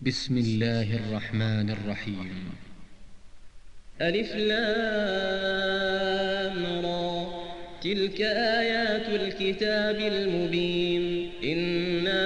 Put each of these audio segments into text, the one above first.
بسم الله الرحمن الرحيم. ألف لام را، تلك آيات الكتاب المبين. إنا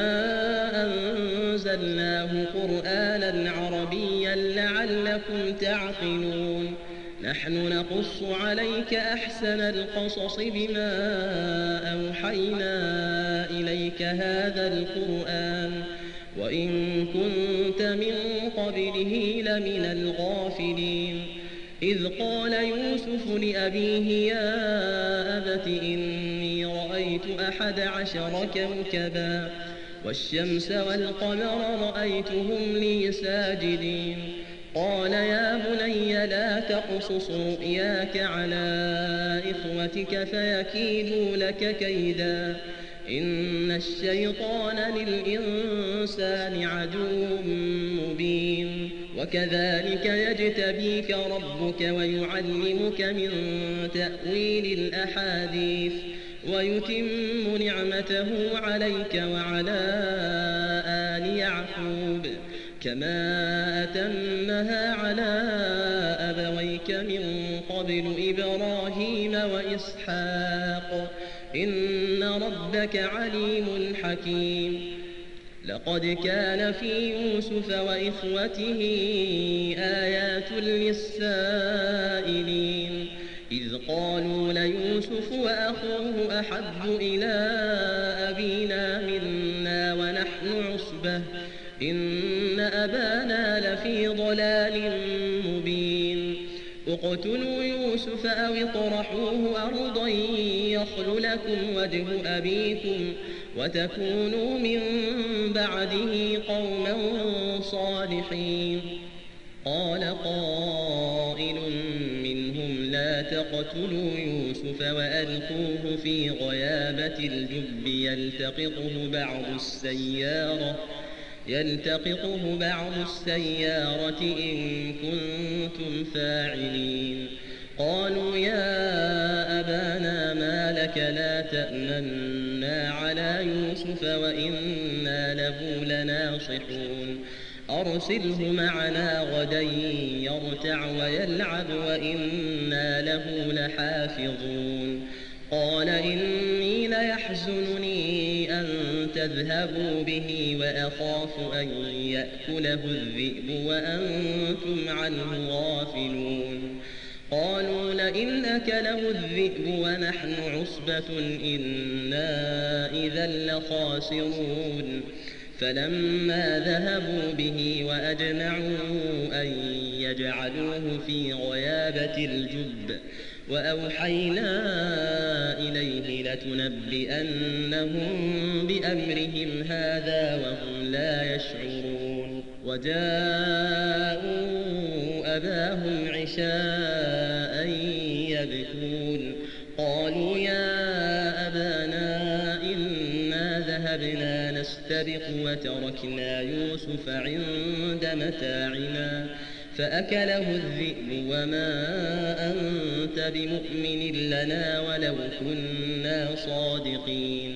أنزلناه قرآنا عربيا لعلكم تعقلون. نحن نقص عليك أحسن القصص بما أوحينا إليك هذا القرآن وإن كنت من قبله لمن الغافلين. إذ قال يوسف لأبيه يا أبت إني رأيت 11 كوكبا والشمس والقمر رأيتهم لي ساجدين. قال يا بني لا تقصص رؤياك على إخوتك فيكيدوا لك كيدا إن الشيطان للإنسان عدو مبين. وكذلك يجتبيك ربك ويعلمك من تأويل الأحاديث ويتم نعمته عليك وعلى آل يعقوب كما أتمها على أبويك من قبل إبراهيم وإسحاق إن ربك عليم حكيم. لقد كان في يوسف وإخوته آيات للسائلين إذ قالوا ليوسف وأخوه أحب إلى أبينا منا ونحن عصبة إن أبانا لفي ضلال مبين. اقتلوا يوسف أو اطرحوه أرضا يخل لكم وجه أبيكم وتكونوا من بعده قوما صالحين. قال قائل منهم لا تقتلوا يوسف وألقوه في غيابة الجب يلتقطه بعض السيارة إن كنتم فاعلين. قالوا يا أبانا ما لك لا تأمنا على يوسف وإنا له لناصحون أرسله معنا غدا يرتع ويلعب وإنا له لحافظون. قال إني ليحزنني أن تذهبوا به وأخاف أن يأكله الذئب وأنتم عنه غافلون. قالوا لئن أكله الذئب ونحن عصبة إنا إذا لخاسرون. فلما ذهبوا به وأجمعوا أن يجعلوه في غيابة الجب وأوحينا إليه لتنبئنهم بأمرهم هذا وهم لا يشعرون. وجاءوا أباهم عشاء يبكون. قالوا يا أبانا إنا ذهبنا نستبق وتركنا يوسف عند متاعنا فأكله الذئب وما أنت بمؤمن لنا ولو كنا صادقين.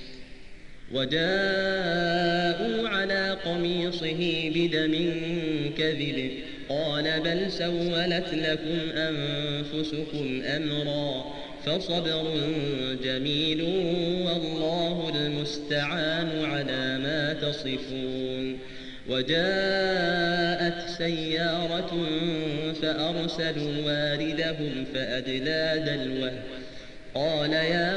وجاءوا على قميصه بدم كذب قال بل سولت لكم أنفسكم أمرا فصبر جميل والله المستعان على ما تصفون. وجاءت سيارة فأرسلوا واردهم فأدلى دلوه قال يا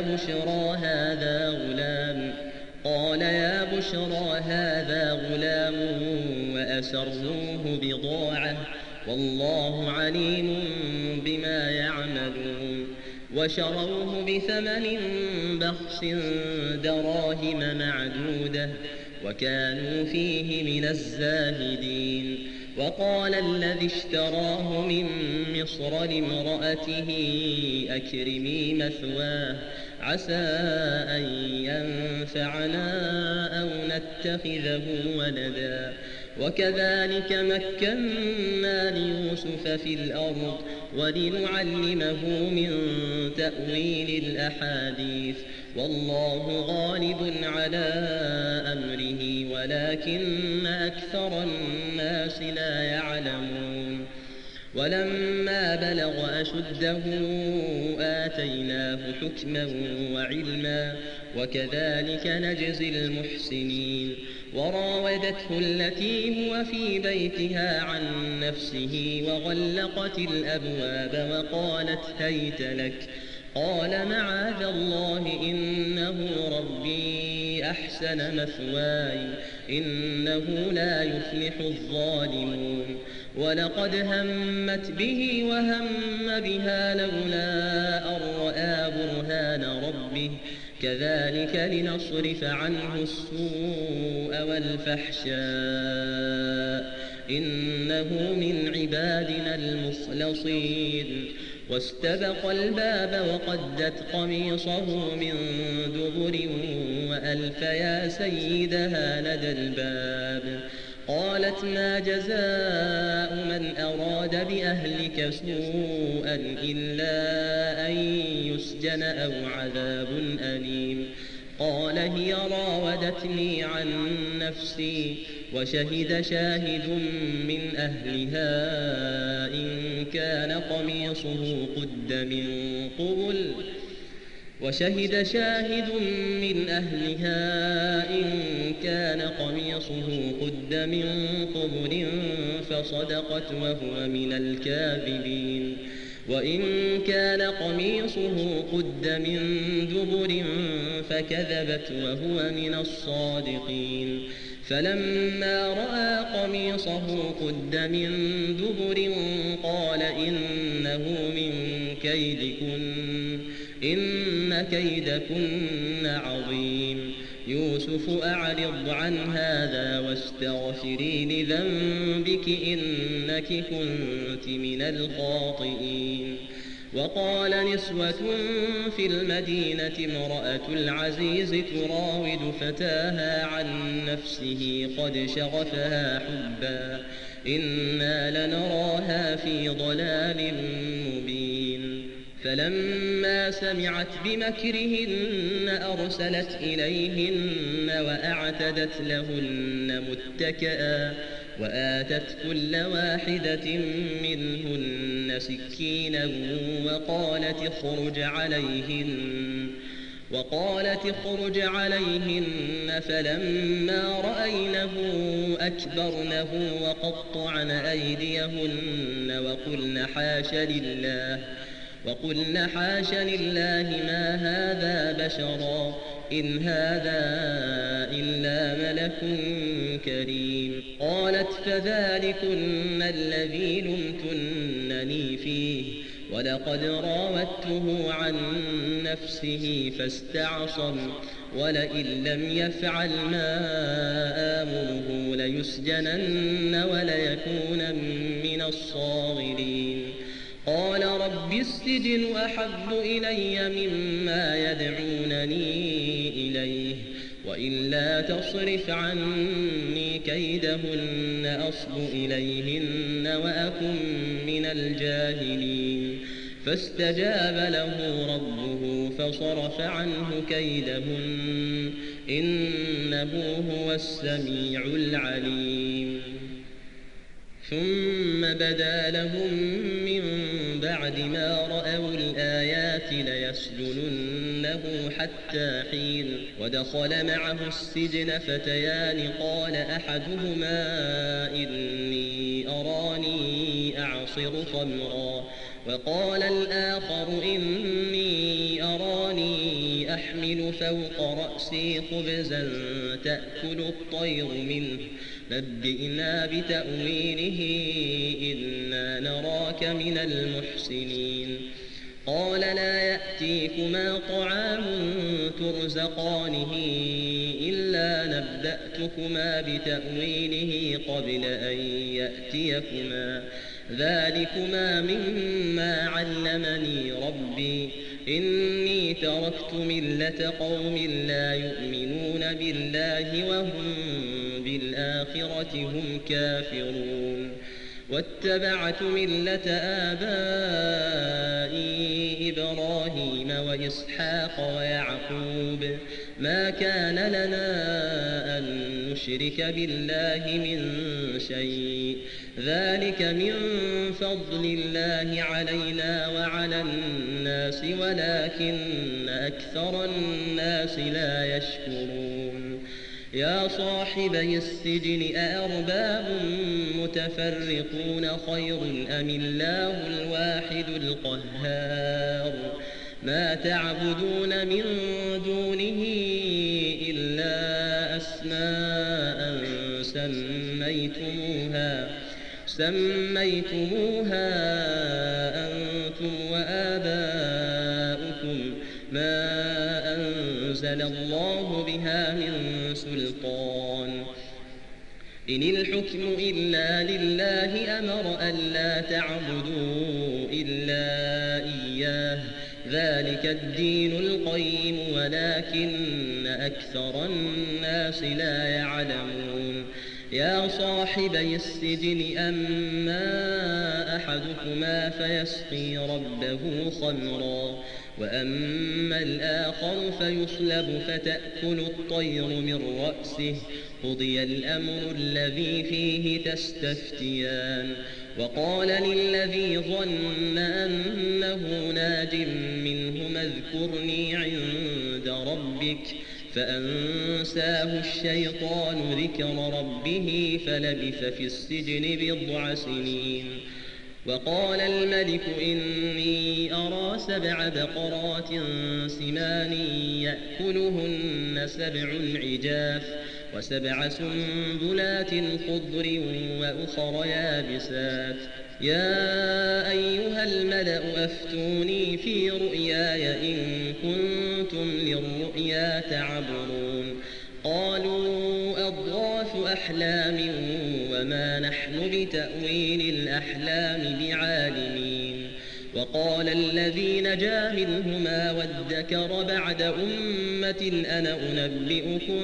بشرى هذا غلام وأسروه بضاعة والله عليم بما يعملون. وشروه بثمن بخس دراهم معدودة وكانوا فيه من الزاهدين. وقال الذي اشتراه من مصر لامرأته أكرمي مثواه عسى أن ينفعنا أو نتخذه ولدا. وكذلك مكنا ليوسف في الأرض ولنعلمه من تأويل الأحاديث والله غالب على أمره ولكن أكثر الناس لا يعلمون ولما بلغ أشده آتيناه حكما وعلما وكذلك نجزي المحسنين وراودته التي هو في بيتها عن نفسه وغلقت الأبواب وقالت هيت لك قال معاذ الله إنه ربي أحسن مثواي إنه لا يفلح الظالمون ولقد همت به وهم بها لولا أن رأى برهان ربه كذلك لنصرف عنه السوء والفحشاء إنه من عبادنا المخلصين واستبق الباب وقدت قميصه من دبر وألف يا سيدها لدى الباب قالت ما جزاء من أراد بأهلك سوءا إلا أن يسجن أو عذاب أليم قال هي راودتني عن نفسي وشهد شاهد من أهلها إن كان قميصه قد من قبل وشهد شاهد من أهلها إن كان قميصه قد من قبل فصدقت وهو من الكاذبين وإن كان قميصه قد من دبر فكذبت وهو من الصادقين فلما رأى قميصه قد من دبر قال إنه من كيدكن إن كيدكن عظيم يوسف أعرض عن هذا واستغفري لذنبك إنك كنت من الخاطئين وقال نسوة في المدينة امرأة العزيز تراود فتاها عن نفسه قد شغفها حبا إنا لنراها في ضلال مبين فلما سمعت بمكرهن أرسلت إليهن وأعتدت لهن متكئا وآتت كل واحدة منهن سكينا وقالت اخرج عليهن فلما رأينه أكبرنه وقطعن أيديهن وقلن حاش لله ما هذا بشرا إن هذا إلا ملك كريم قالت فذلكن الذي لمتنني فيه ولقد راودته عن نفسه فاستعصم ولئن لم يفعل ما آمره ليسجنن وليكون من الصاغرين قال رب السجن أحب إلي مما يدعونني إليه وإلا تصرف عني كيدهن أصب إليهن وأكن من الجاهلين فاستجاب له ربه فصرف عنه كيدهن إنه هو السميع العليم ثم بدا لهم من بعد ما رأوا الآيات ليسجننه حتى حين ودخل معه السجن فتيان قال أحدهما إني أراني أعصر خمرا وقال الآخر إني أراني أحمل فوق رأسي خبزا تأكل الطير منه نبئنا بتأويله إنا نراك من المحسنين قال لا يأتيكما طعام ترزقانه إلا نبأتكما بتأويله قبل أن يأتيكما ذلكما مما علمني ربي إني تركت ملة قوم لا يؤمنون بالله وهم بالآخرة هم كافرون واتبعت ملة آبائي إبراهيم وإسحاق ويعقوب ما كان لنا أن نشرك بالله من شيء ذلك من فضل الله علينا وعلى الناس ولكن أكثر الناس لا يشكرون يا صاحبي السجن أأرباب متفرقون خير أم الله الواحد القهار ما تعبدون من دونه إلا أسماء سميتموها أنتم وآباؤكم ما أنزل الله بها من سلطان إن الحكم إلا لله أمر ألا تعبدوا إلا إياه ذلك الدين القيم ولكن أكثر الناس لا يعلمون يا صاحبي السجن أما أحدكما فيسقي ربه خمرا وأما الآخر فيصلب فتأكل الطير من رأسه قضي الأمر الذي فيه تستفتيان وقال للذي ظن أنه ناج منهما اذكرني عند ربك فأنساه الشيطان ذكر ربه فلبث في السجن بضع سنين وقال الملك إني أرى 7 بقرات سمان يأكلهن 7 عجاف و7 سنبلات خضر وأخر يابسات يا أيها الملأ أفتوني في رؤياي إن كنتم للرؤيا تعبرون قالوا أضغاث أحلام وما نحن بتأويل الأحلام بعالمين وقال الذي نجا منهما وادكر بعد أمة أنا أنبئكم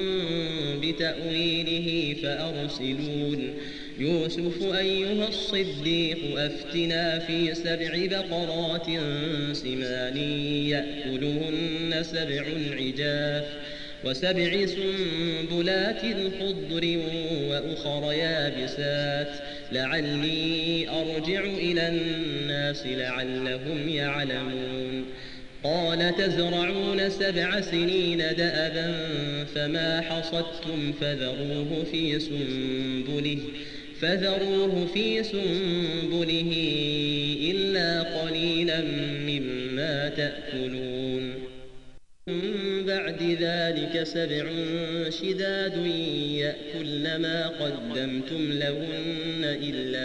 بتأويله فأرسلون يوسف أيها الصديق أفتنا في 7 بقرات سمان يأكلهن 7 عجاف و7 سنبلات خضر وأخر يابسات لعلي أرجع إلى الناس لعلهم يعلمون قال تزرعون 7 سنين دأبا فما حصدتم فذروه في سنبله إلا قليلا مما تأكلون بعد ذلك 7 شداد يأكلن ما قدمتم لهن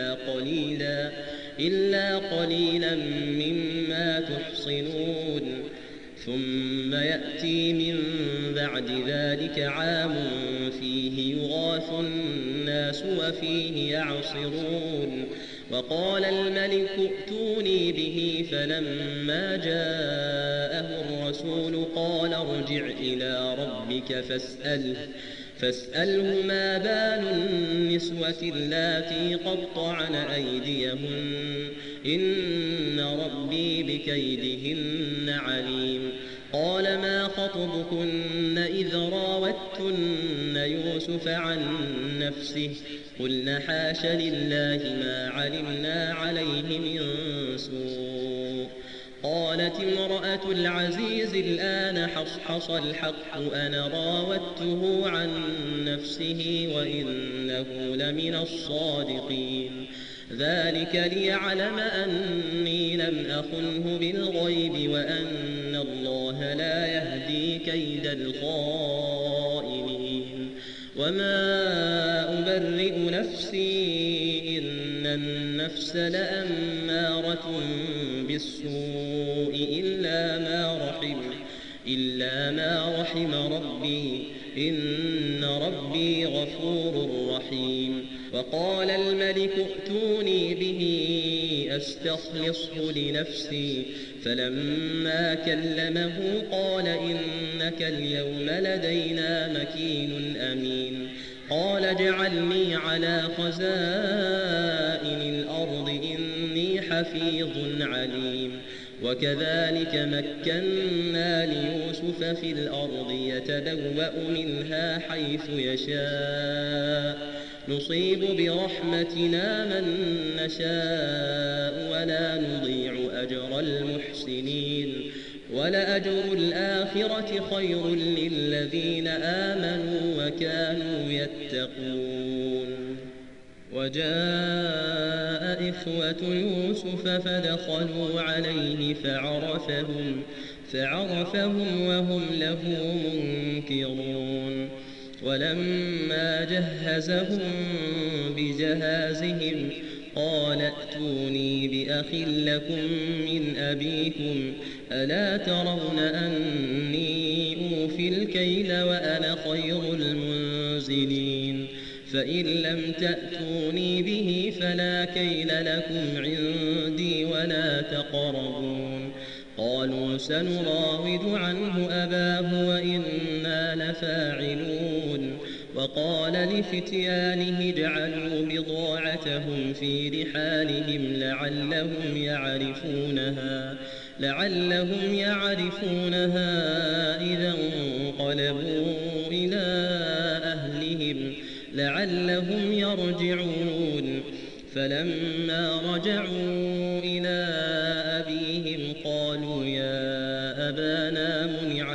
إلا قليلا مما تحصنون ثم يأتي من بعد ذلك عام فيه يغاث الناس وفيه يعصرون وقال الملك ائتوني به فلما جاءه الرسول قال ارجع إلى ربك فاسأله ما بال النسوة اللاتي قطعن أيديهن إن ربي بكيدهن عليم قال ما خطبكن إذ راوتن يوسف عن نفسه قلن حاش لله ما علمنا عليه من سوء قالت امرأة العزيز الآن حصحص الحق أنا راودته عن نفسه وإنه لمن الصادقين ذلك ليعلم أني لم أخنه بالغيب وأن الله لا يهدي كيد الخائنين وما أبرئ نفسي إن النفس لأمارة بالسوء إلا ما رحم ربي إن ربي غفور رحيم وقال الملك ائتوني به أستخلصه لنفسي فلما كلمه قال إنك اليوم لدينا مكين أمين قال اجعلني على خزائن الأرض إني حفيظ عليم وكذلك مكنا ليوسف في الأرض يتبوأ منها حيث يشاء نصيب برحمتنا من نشاء ولا نضيع أجر المحسنين ولأجر الآخرة خير للذين آمنوا وكانوا يتقون. وجاء إخوة يوسف فدخلوا عليه فعرفهم وهم له منكرون. ولما جهزهم بجهازهم قال ائتوني بأخ لكم من أبيكم ألا ترون أني أوفي الكيل وأنا خير المنزلين فإن لم تأتوني به فلا كيل لكم عندي ولا تقربون. قالوا سنراود عنه أباه وإنا لفاعلون. وقال لفتيانه اجعلوا بضاعتهم في رحالهم لعلهم يعرفونها إذا انقلبوا إلى أهلهم لعلهم يرجعون. فلما رجعوا إلى أبيهم قالوا يا أبانا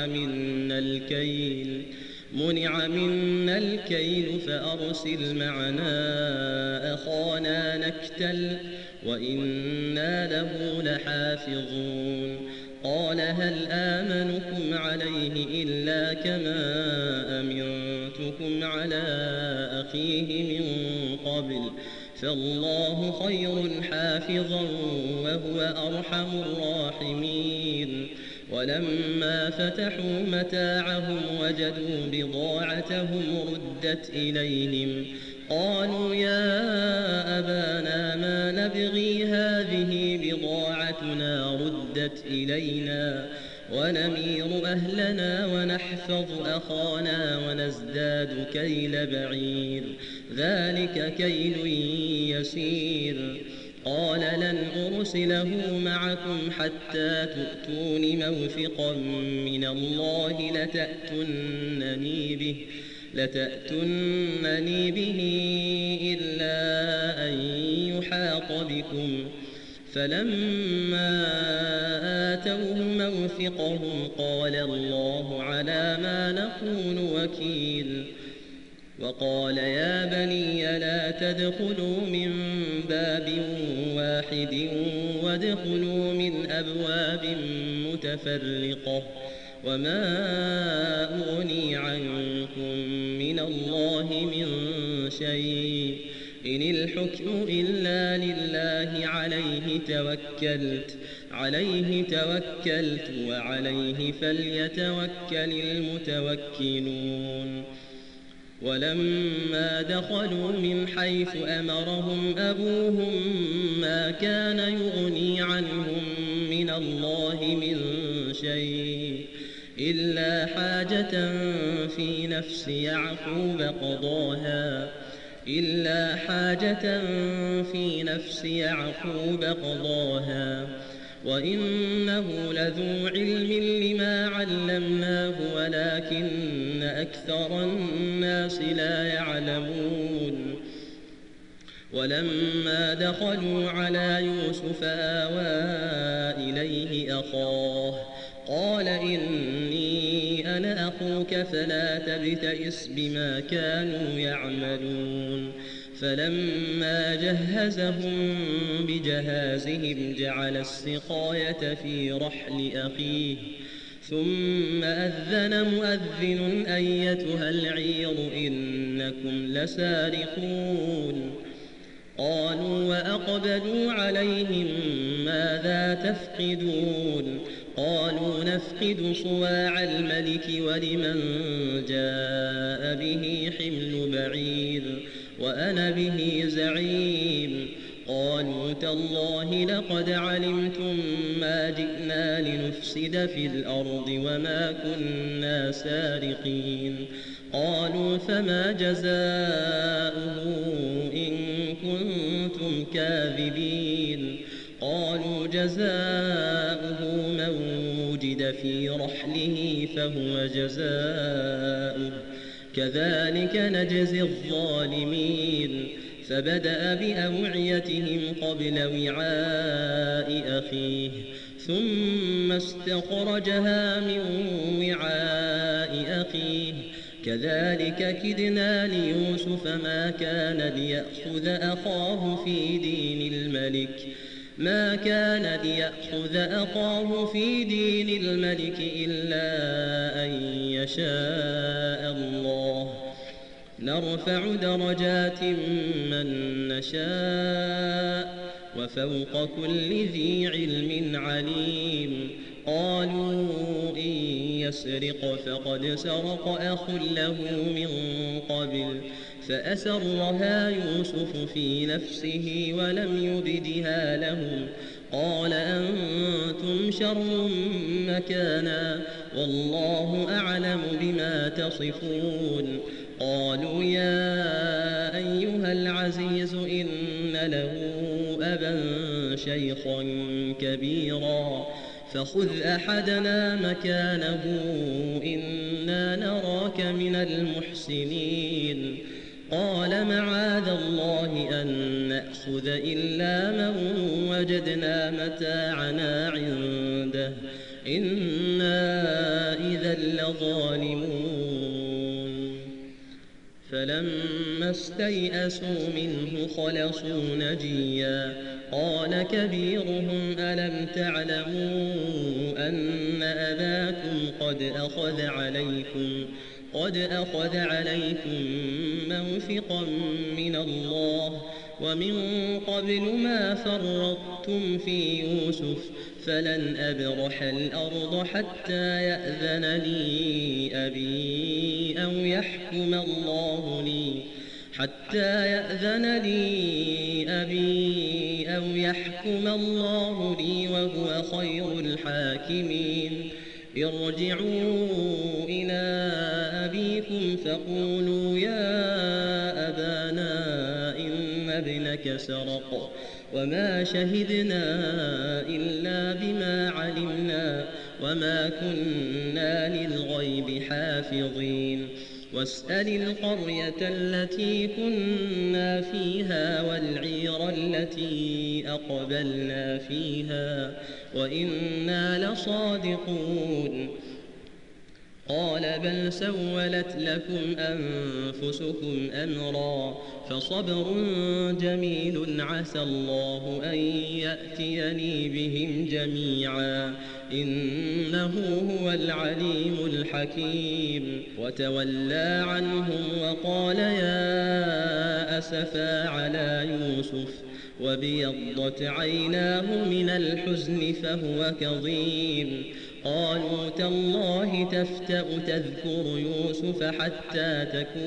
منع منا الكيل فأرسل معنا أخانا نكتل وإنا له لحافظون. قال هل آمنكم عليه إلا كما أمنتكم على أخيه من قبل فالله خير حافظا وهو أرحم الراحمين. ولما فتحوا متاعهم وجدوا بضاعتهم ردت إليهم قالوا يا أبانا ما نبغي هذه بضاعتنا ردت إلينا ونمير أهلنا ونحفظ أخانا ونزداد كيل بعير ذلك كيل يسير. قال لن أرسله معكم حتى تؤتون موثقا من الله لتأتونني به إلا أن يحاط بكم. فلما آتوه موثقهم قال الله على ما نقول وكيل. وقال يا بني لا تدخلوا من باب واحد وادخلوا من أبواب متفرقة وما أغني عنكم من الله من شيء إن الحكم إلا لله عليه توكلت وعليه فليتوكل المتوكلون. ولما دخلوا من حيث أمرهم أبوهم ما كان يغني عنهم من الله من شيء إلا حاجة في نفس يعقوب قضاها وإنه لذو علم لما علمناه ولكن أكثر الناس لا يعلمون. ولما دخلوا على يوسف آوى إليه أخاه قال إني أنا أخوك فلا تبتئس بما كانوا يعملون. فلما جهزهم بجهازهم جعل السقاية في رحل أخيه ثم أذن مؤذن أيتها العير إنكم لسارقون. قالوا وأقبلوا عليهم ماذا تفقدون قالوا نفقد صواع الملك ولمن جاء به حمل بعير وأنا به زعيم. قالوا تالله لقد علمتم ما جئنا لنفسد في الأرض وما كنا سارقين. قالوا فما جزاؤه إن كنتم كاذبين قالوا جزاؤه من وجد في رحله فهو جزاؤه كذلك نجزي الظالمين فبدأ بأوعيتهم قبل وعاء أخيه ثم استخرجها من وعاء أخيه كذلك كدنا ليوسف ما كان ليأخذ أخاه في دين الملك إلا أن يشاء الله نرفع درجات من نشاء وفوق كل ذي علم عليم قالوا إن يسرق فقد سرق أخ له من قبل فأسرها يوسف في نفسه ولم يبدها لهم قال أنتم شر مكانا والله أعلم بما تصفون قالوا يا أيها العزيز إن له أبا شيخا كبيرا فخذ أحدنا مكانه إنا نراك من المحسنين قال معاذ الله أن نأخذ إلا من وجدنا متاعنا عنده إنا إذا لظالمون فلما استيئسوا منه خلصوا نجيا قال كبيرهم ألم تعلموا أن أباكم قد أخذ عليكم موثقا من الله ومن قبل ما فرطتم في يوسف فلن أبرح الأرض حتى يأذن لي أبي أو يحكم الله لي وهو خير الحاكمين ارجعوا إلى أبيكم فقولوا يا أبانا إن ابنك سرق وما شهدنا إلا بما علمنا وما كنا للغيب حافظين واسأل القرية التي كنا فيها والعير التي أقبلنا فيها وإنا لصادقون قال بل سولت لكم أنفسكم أمرا فصبر جميل عسى الله أن يأتيني بهم جميعا إنه هو العليم الحكيم وتولى عنهم وقال يا أسفا على يوسف وابيضت عيناه من الحزن فهو كظيم قالوا تالله تفتأ تذكر يوسف حتى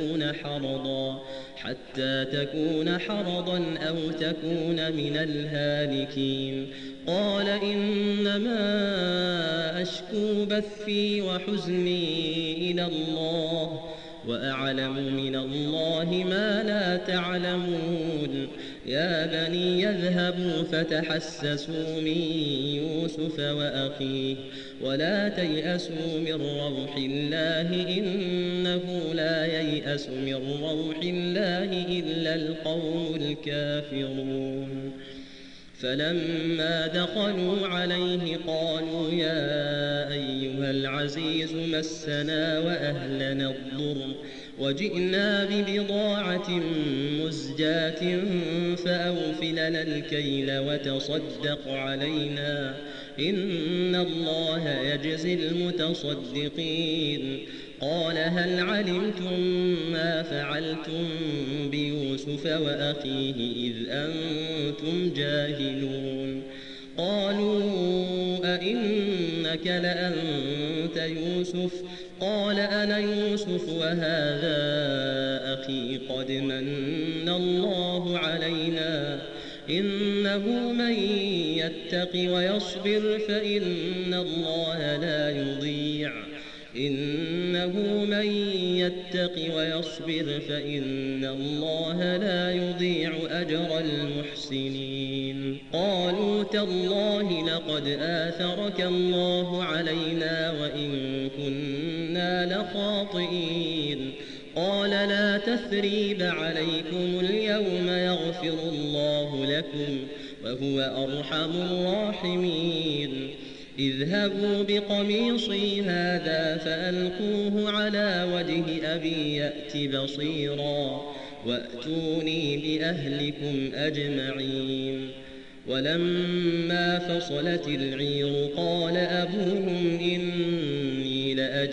تكون حرضا أو تكون من الهالكين قال إنما أشكو بثي وحزني إلى الله وأعلم من الله ما لا تعلمون يا بني يذهبوا فتحسسوا من يوسف وأخيه ولا تيأسوا من روح الله إنه لا ييأس من روح الله إلا القوم الكافرون فلما دخلوا عليه قالوا يا أيها العزيز مسنا وأهلنا الضر وجئنا ببضاعة مزجاة فأوفِ لنا الكيل وتصدق علينا إن الله يجزي المتصدقين قال هل علمتم ما فعلتم بيوسف وأخيه إذ أنتم جاهلون قالوا أئنك لأنت يوسف قال أنا يوسف وهذا أخي قد من الله علينا إنه من يتق ويصبر فإن الله لا يضيع إنه من يتق ويصبر فإن الله لا يضيع أجر المحسنين. قالوا تالله لقد آثرك الله علينا وإن كنا لخاطئين. قال لا تثريب عليكم اليوم يغفر الله لكم وهو أرحم الراحمين. اذهبوا بقميصي هذا فألقوه على وجه أبي يأت بصيرا وأتوني بأهلكم أجمعين. ولما فصلت العير قال أبوهم إني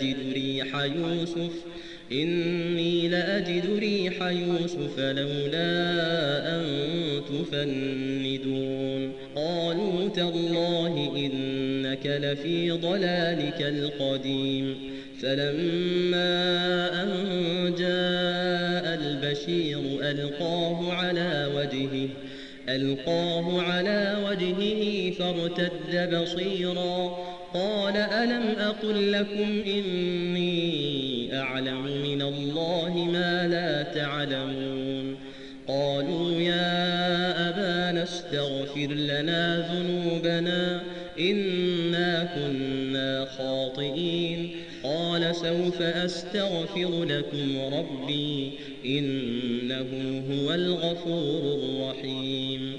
لأجد ريح يوسف لولا أن تفندون. قالوا تالله إنك لفي ضلالك القديم. فلما أن جاء البشير ألقاه على وجهه فارتد بصيرا قال ألم أقل لكم إني أعلم من الله ما لا تعلمون. قالوا يا أبانا استغفر لنا ذنوبنا إنا كنا خاطئين. قال سوف أستغفر لكم ربي إنه هو الغفور الرحيم.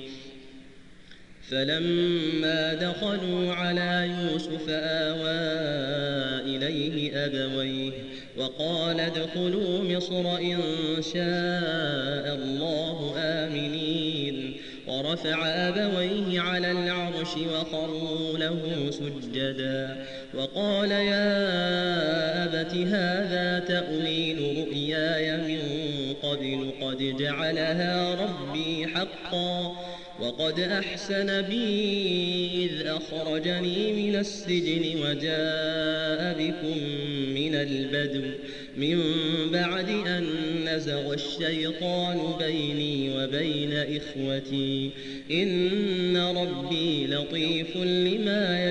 فلما دخلوا على يوسف آوى إليه أبويه وقال ادخلوا مصر إن شاء الله آمنين. ورفع أبويه على العرش وخروا له سجدا وقال يا أبت هذا تأويل رؤياي من قبل قد جعلها ربي حقا وقد أحسن بي إذ أخرجني من السجن وجاء بكم من البدو من بعد أن نزغ الشيطان بيني وبين إخوتي إن ربي لطيف لما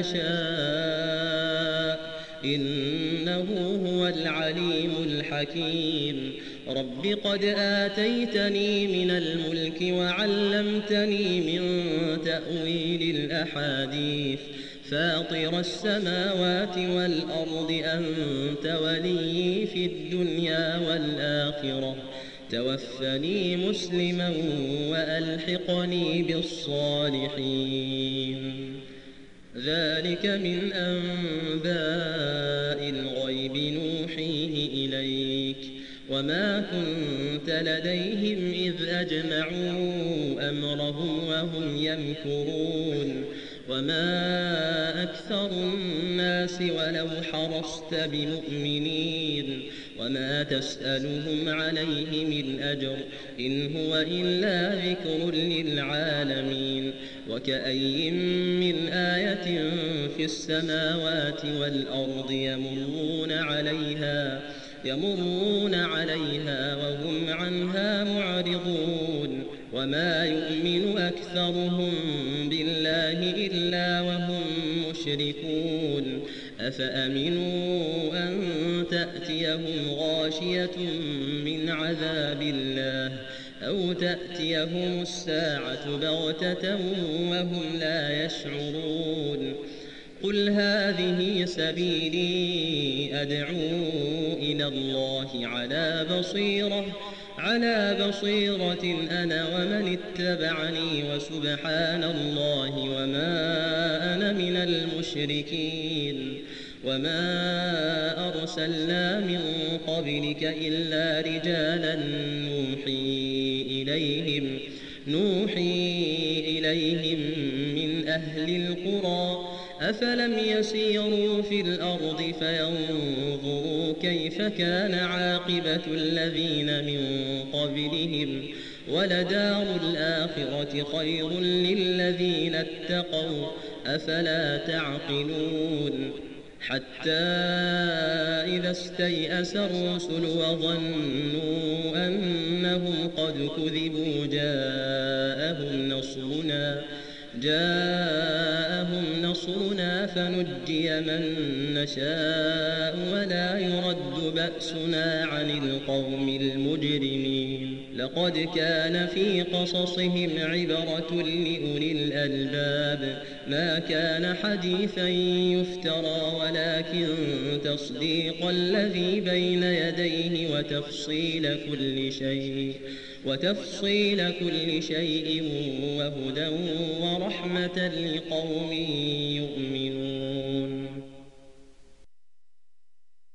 يشاء إنه هو العليم الحكيم. رب قد آتيتني من الملك وعلمتني من تأويل الأحاديث فاطر السماوات والأرض أنت ولي في الدنيا والآخرة توفني مسلما وألحقني بالصالحين. ذلك من أنباء الغيب نوحيه إليك وما كنت لديهم إذ أجمعوا أمرهم وهم يمكرون. وما أكثر الناس ولو حرصت بمؤمنين وما تسألهم عليه من أجر إن هو إلا ذكر للعالمين. وكأي من آية في السماوات والأرض يمرون عليها وهم عنها معرضون. وما يؤمن أكثرهم بالله إلا وهم مشركون. أفأمنوا أن تأتيهم غاشية من عذاب الله أو تأتيهم الساعة بغتة وهم لا يشعرون. قل هذه سبيلي أدعو إلى الله على بصيرة أنا ومن اتبعني وسبحان الله وما أنا من المشركين. وما أرسلنا من قبلك إلا رجالا نوحي إليهم من أهل القرى أفلم يسيروا في الأرض فينظروا كيف كان عاقبة الذين من قبلهم ولدار الآخرة خير للذين اتقوا أفلا تعقلون. حتى إذا استيأس الرسل وظنوا أنهم قد كذبوا جاءهم نصرنا تنصرنا فنجي من نشاء ولا يرد بأسنا عن القوم المجرمين لقد كان في قصصهم عبرة لأولي الألباب ما كان حديثا يفترى ولكن تصديق الذي بين يديه وتفصيل كل شيء وهدى ورحمة لقوم